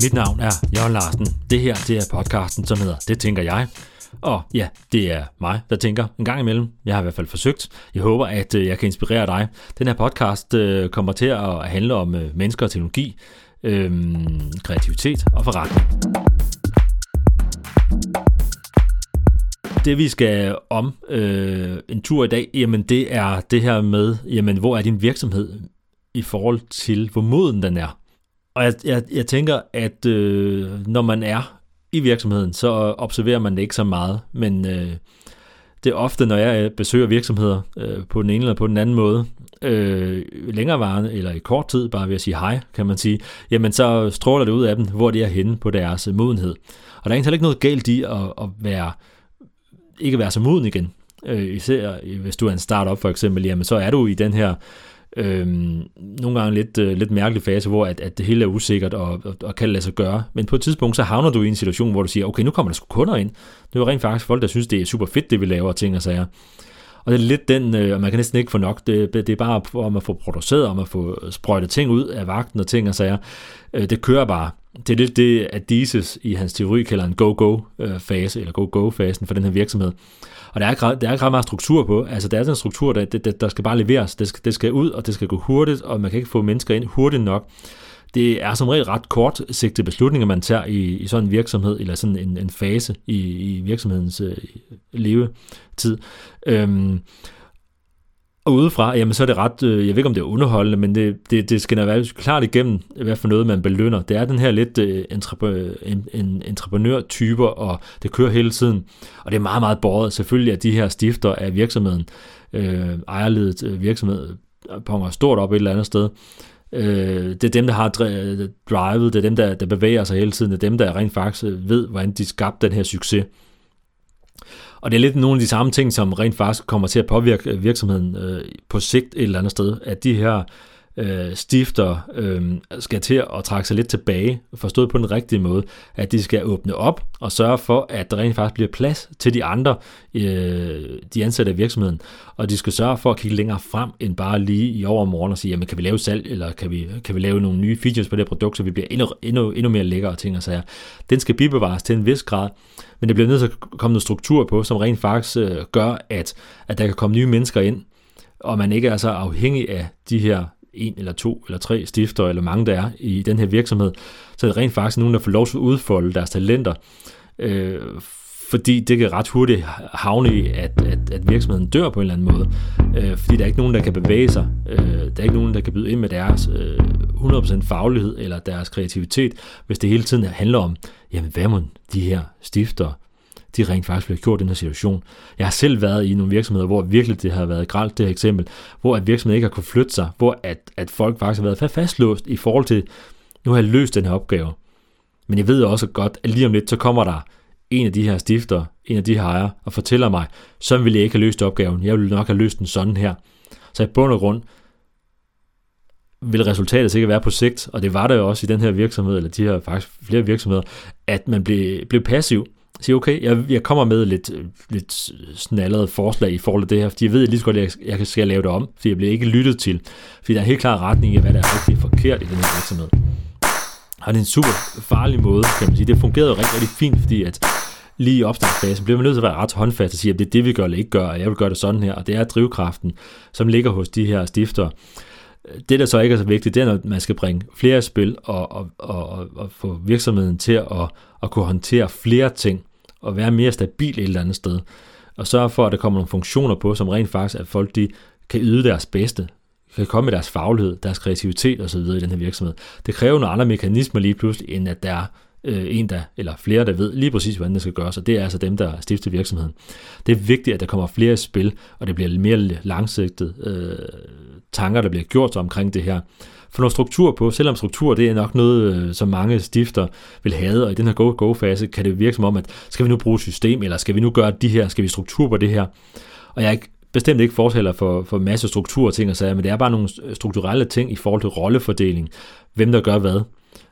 Mit navn er Jørgen Larsen. Det her, det er podcasten, som hedder Det tænker jeg. Og ja, det er mig, der tænker en gang imellem. Jeg har i hvert fald forsøgt. Jeg håber, at jeg kan inspirere dig. Den her podcast kommer til at handle om mennesker og teknologi, kreativitet og forretning. Det vi skal om en tur i dag, jamen det er det her med, jamen hvor er din virksomhed i forhold til, hvor moden den er. Og jeg tænker, at når man er i virksomheden, så observerer man det ikke så meget, men det er ofte, når jeg besøger virksomheder på den ene eller på den anden måde, længerevarende eller i kort tid, bare ved at sige hej, kan man sige, jamen så stråler det ud af dem, hvor de er henne på deres modenhed. Og der er egentlig ikke noget galt i at ikke være så moden igen. Især hvis du er en startup for eksempel, jamen så er du i den her nogle gange lidt mærkelig fase, hvor at det hele er usikkert og kan lade sig gøre. Men på et tidspunkt, så havner du i en situation, hvor du siger, okay, nu kommer der sgu kunder ind. Det er rent faktisk folk, der synes, det er super fedt, det vi laver og ting og sager. Og det er lidt den, og man kan næsten ikke få nok. Det er bare om at få produceret, om at få sprøjtet ting ud af vagten og ting og sager. Det kører bare. Det er lidt det, at Adizes i hans teori kalder en go-go-fase, eller go-go-fasen for den her virksomhed. Og der er ikke ret meget struktur på. Altså, der er sådan en struktur, der skal bare leveres. Det skal ud, og det skal gå hurtigt, og man kan ikke få mennesker ind hurtigt nok. Det er som regel ret kortsigtede beslutninger, man tager i sådan en virksomhed, eller sådan en fase i virksomhedens levetid. Og udefra, jamen så er det ret, jeg ved ikke om det er underholdende, men det skal være klart igennem, hvad for noget man belønner. Det er den her lidt entreprenørtyper, og det kører hele tiden. Og det er meget, meget båret. Selvfølgelig er de her stifter af virksomheden, ejerledet virksomhed, ponger stort op et eller andet sted. Det er dem, der har drivet, det er dem, der bevæger sig hele tiden, det er dem, der rent faktisk ved, hvordan de skabte den her succes. Og det er lidt nogle af de samme ting, som rent faktisk kommer til at påvirke virksomheden på sigt et eller andet sted, at de her stifter skal til at trække sig lidt tilbage, forstået på den rigtige måde, at de skal åbne op og sørge for, at der rent faktisk bliver plads til de andre, de ansatte af virksomheden, og de skal sørge for at kigge længere frem, end bare lige i overmorgen og sige, jamen kan vi lave salg, eller kan vi lave nogle nye features på det her produkt, så vi bliver endnu mere lækkere ting og sager. Den skal bibevares til en vis grad, men det bliver nødt til at komme noget struktur på, som rent faktisk gør, at der kan komme nye mennesker ind, og man ikke er så afhængig af de her 1 eller 2 eller 3 stifter, eller mange der er i den her virksomhed, så er det rent faktisk nogen, der får lov til at udfolde deres talenter, fordi det kan ret hurtigt havne i, at virksomheden dør på en eller anden måde, fordi der er ikke nogen, der kan bevæge sig, der er ikke nogen, der kan byde ind med deres 100% faglighed eller deres kreativitet, hvis det hele tiden handler om, jamen hvad må de her stifter, de rent faktisk bliver gjort i den her situation. Jeg har selv været i nogle virksomheder, hvor virkelig det har været grelt, det her eksempel, hvor at virksomheden ikke har kunnet flytte sig, hvor at folk faktisk har været fastlåst i forhold til, nu har jeg løst den her opgave. Men jeg ved også godt, at lige om lidt, så kommer der en af de her stifter, en af de her ejere, og fortæller mig, så vil jeg ikke have løst opgaven. Jeg vil nok have løst den sådan her. Så i bund og grund vil resultatet sikkert være på sigt, og det var der jo også i den her virksomhed, eller de her faktisk flere virksomheder, at man blev passiv. Siger, okay, jeg kommer med lidt snallerede forslag i forhold til det her, fordi jeg ved lige så godt, at jeg skal lave det om, fordi jeg bliver ikke lyttet til, fordi der er en helt klar retning i, hvad der er rigtig forkert i den her virksomhed. Og det er en super farlig måde, kan man sige. Det fungerede jo rigtig, rigtig fint, fordi at lige i opstartsfasen bliver man nødt til at være ret håndfast og sige, at det er det, vi gør eller ikke gør, og jeg vil gøre det sådan her, og det er drivkraften, som ligger hos de her stiftere. Det, der så ikke er så vigtigt, det er, når man skal bringe flere spil og få virksomheden til at kunne håndtere flere ting og være mere stabil et eller andet sted. Og sørge for, at der kommer nogle funktioner på, som rent faktisk, at folk de kan yde deres bedste, kan komme med deres faglighed, deres kreativitet osv. i den her virksomhed. Det kræver nogle andre mekanismer lige pludselig, end at der er eller flere, der ved lige præcis, hvordan det skal gøres, og det er altså dem, der stifter virksomheden. Det er vigtigt, at der kommer flere i spil, og det bliver mere langsigtet tanker, der bliver gjort omkring det her. Få noget struktur på, selvom struktur, det er nok noget, som mange stifter vil have, og i den her go-go-fase kan det virke som om, at skal vi nu bruge system, eller skal vi nu gøre de her, skal vi struktur på det her? Og jeg er bestemt ikke fortaler for masse struktur og ting og sager, men det er bare nogle strukturelle ting i forhold til rollefordeling. Hvem der gør hvad?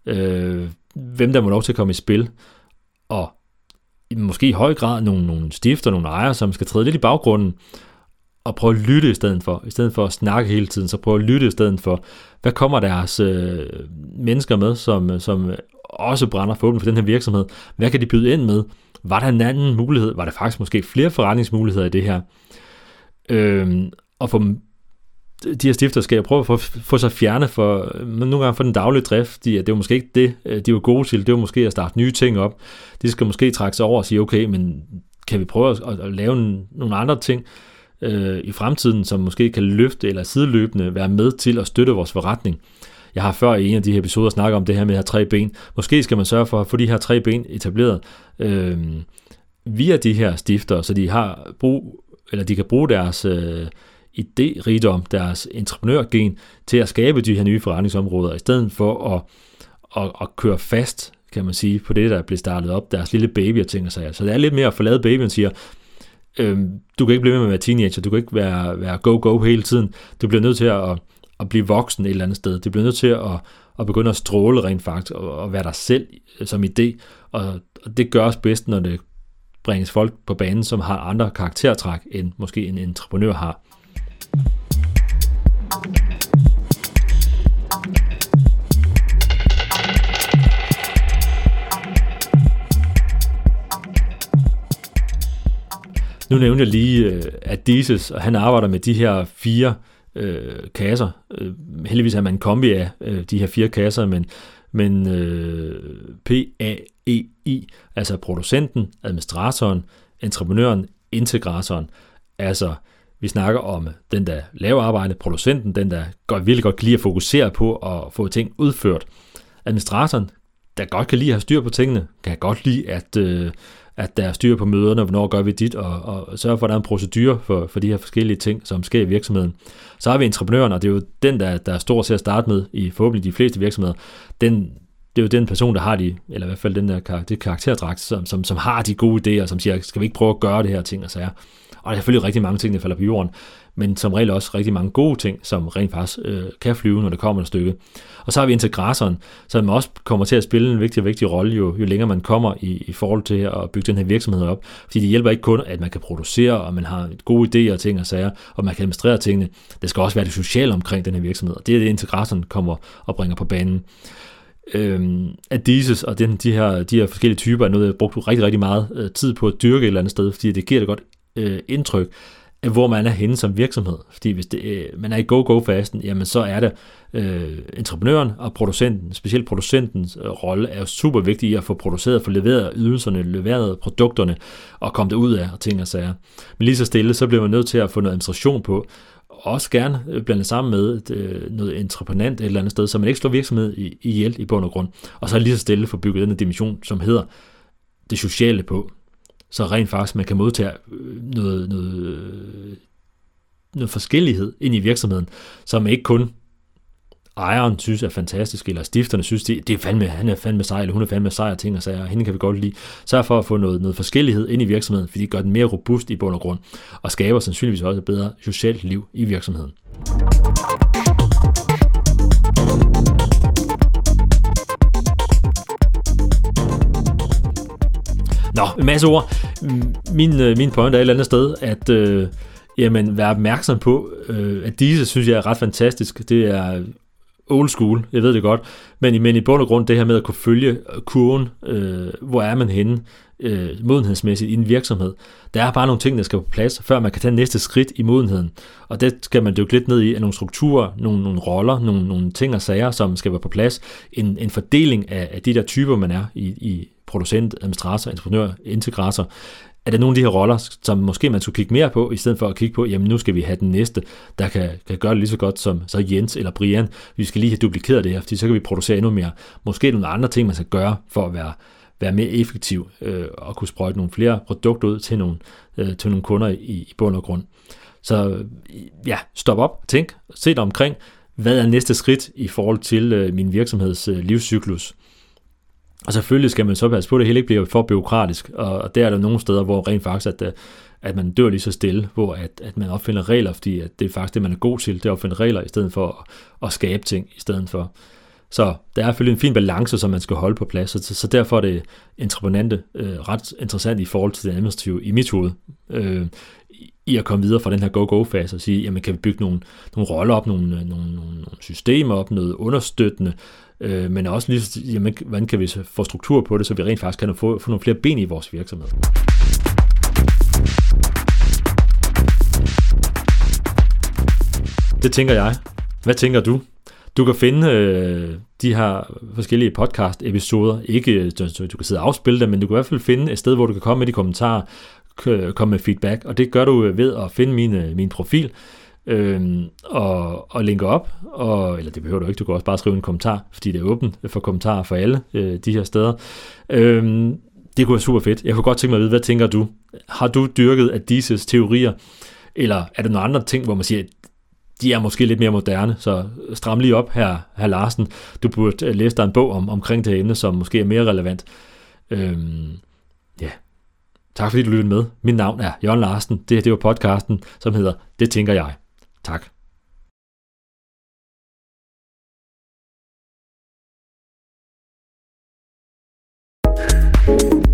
Hvem der må lov til at komme i spil? Og måske i høj grad nogle stifter, nogle ejere, som skal træde lidt i baggrunden, og prøve at lytte i stedet for at snakke hele tiden, så prøve at lytte i stedet for, hvad kommer deres mennesker med, som også brænder for åbent for den her virksomhed. Hvad kan de byde ind med? Var der en anden mulighed? Var der faktisk måske flere forretningsmuligheder i det her? Og for de her stifter skal jeg prøve at få sig fjerne for, nogle gange for den daglige drift, fordi det var måske ikke det, de var gode til. Det var måske at starte nye ting op. De skal måske trække sig over og sige, okay, men kan vi prøve at lave nogle andre ting i fremtiden, som måske kan løfte eller sideløbende være med til at støtte vores forretning. Jeg har før i en af de her episoder snakket om det her med at have 3 ben. Måske skal man sørge for at få de her 3 ben etableret via de her stifter, så de kan bruge deres idérigdom, deres entreprenørgen til at skabe de her nye forretningsområder, i stedet for at køre fast, kan man sige, på det, der bliver startet op, deres lille baby og ting og sager. Så det er lidt mere at forlade babyen og siger, du kan ikke blive med at være teenager, du kan ikke være go hele tiden, du bliver nødt til at blive voksen et eller andet sted, du bliver nødt til at begynde at stråle rent faktisk, og være dig selv som idé, og det gøres bedst, når det bringes folk på banen, som har andre karaktertræk, end måske en entreprenør har. Nu nævnte jeg lige Adizes, og han arbejder med de her 4 kasser. Heldigvis er man en kombi af de her 4 kasser, men PAEI, altså producenten, administratoren, entreprenøren, integratoren. Altså, vi snakker om den, der laver arbejde, producenten, den, der virkelig godt kan lide at fokusere på at få ting udført. Administratoren, der godt kan lide at have styr på tingene, kan godt lide, at der er styr på møderne, hvornår gør vi dit, og sørge for, at der er en procedure for de her forskellige ting, som sker i virksomheden. Så har vi entreprenøren, og det er jo den, der er stor til at starte med i forhåbentlig de fleste virksomheder. Det er jo den person, der har eller i hvert fald det karakterdragt, som har de gode idéer, som siger, skal vi ikke prøve at gøre det her ting og sager. Og der er selvfølgelig rigtig mange ting, der falder på jorden, men som regel også rigtig mange gode ting, som rent faktisk kan flyve, når det kommer et stykke. Og så har vi integratoren, som også kommer til at spille en vigtig rolle, jo længere man kommer i forhold til at bygge den her virksomhed op. Fordi det hjælper ikke kun, at man kan producere, og man har gode idéer og ting og sager, og man kan administrere tingene. Det skal også være det sociale omkring den her virksomhed, og det er det, integratoren kommer og bringer på banen. Adizes og de her forskellige typer er noget, jeg har brugt rigtig, rigtig meget tid på at dyrke et eller andet sted, fordi det giver det godt indtryk af, hvor man er henne som virksomhed. Fordi hvis man er i go-go-fasten, jamen så er det entreprenøren og producenten, specielt producentens rolle, er jo super vigtig i at få produceret, få leveret ydelserne, leveret produkterne, og komme derud af og ting og sager. Men lige så stille, så bliver man nødt til at få noget administration på, også gerne blandet sammen med noget entreprenant et eller andet sted, så man ikke slår virksomhed ihjel i bund og grund. Og så lige så stille få bygget den dimension, som hedder det sociale på. Så rent faktisk, man kan modtage noget forskellighed ind i virksomheden, som ikke kun ejeren synes er fantastisk, eller stifterne synes, det er fandme, han er fandme sej, eller hun er fandme sej, og ting og sager, og hende kan vi godt lide. Sørg for at få noget forskellighed ind i virksomheden, fordi det gør den mere robust i bund og grund, og skaber sandsynligvis også et bedre socialt liv i virksomheden. Nå, en masse ord. Min point er et eller andet sted, at være opmærksom på, at disse synes jeg er ret fantastisk. Det er old school, jeg ved det godt, men i bund og grund det her med at kunne følge kurven, hvor er man henne modenhedsmæssigt i en virksomhed. Der er bare nogle ting, der skal på plads, før man kan tage næste skridt i modenheden. Og det skal man dykke lidt ned i, af nogle strukturer, nogle roller, nogle ting og sager, som skal være på plads. En fordeling af de der typer, man er i producent, administrator, entreprenør, integrator. Er der nogle af de her roller, som måske man skulle kigge mere på, i stedet for at kigge på, jamen nu skal vi have den næste, der kan gøre det lige så godt som så Jens eller Brian. Vi skal lige have duplikeret det her, fordi så kan vi producere endnu mere. Måske nogle andre ting, man skal gøre for at være mere effektiv og kunne sprøjte nogle flere produkter ud til nogle kunder i bund og grund. Så ja, stop op, tænk, se dig omkring, hvad er næste skridt i forhold til min virksomheds livscyklus. Og selvfølgelig skal man så passe på, at det hele ikke bliver for bureaukratisk, og der er der nogle steder, hvor rent faktisk, at man dør lige så stille, hvor at man opfinder regler, fordi at det er faktisk det, man er god til, det er at opfinde regler, i stedet for at skabe ting, i stedet for. Så der er selvfølgelig en fin balance, som man skal holde på plads, så derfor er det entreprenante ret interessant i forhold til det administrative i mit hoved. i at komme videre fra den her go-go-fase og sige, jamen kan vi bygge nogle roller op, nogle systemer op, noget understøttende, men også lige, jamen, hvordan kan vi få struktur på det, så vi rent faktisk kan få nogle flere ben i vores virksomhed. Det tænker jeg. Hvad tænker du? Du kan finde de her forskellige podcast-episoder. Ikke, du kan sidde og afspille dem, men du kan i hvert fald finde et sted, hvor du kan komme med de kommentarer, komme med feedback, og det gør du ved at finde min profil og linke op, eller det behøver du ikke, du kan også bare skrive en kommentar, fordi det er åbent for kommentarer for alle de her steder. Det kunne være super fedt. Jeg kunne godt tænke mig at vide, hvad tænker du? Har du dyrket Adizes teorier, eller er der nogle andre ting, hvor man siger, de er måske lidt mere moderne, så stram lige op her Larsen. Du burde læse dig en bog omkring det emne, som måske er mere relevant. Ja. Tak fordi du lyttede med. Mit navn er Jørgen Larsen. Det var podcasten, som hedder Det tænker jeg. Tak.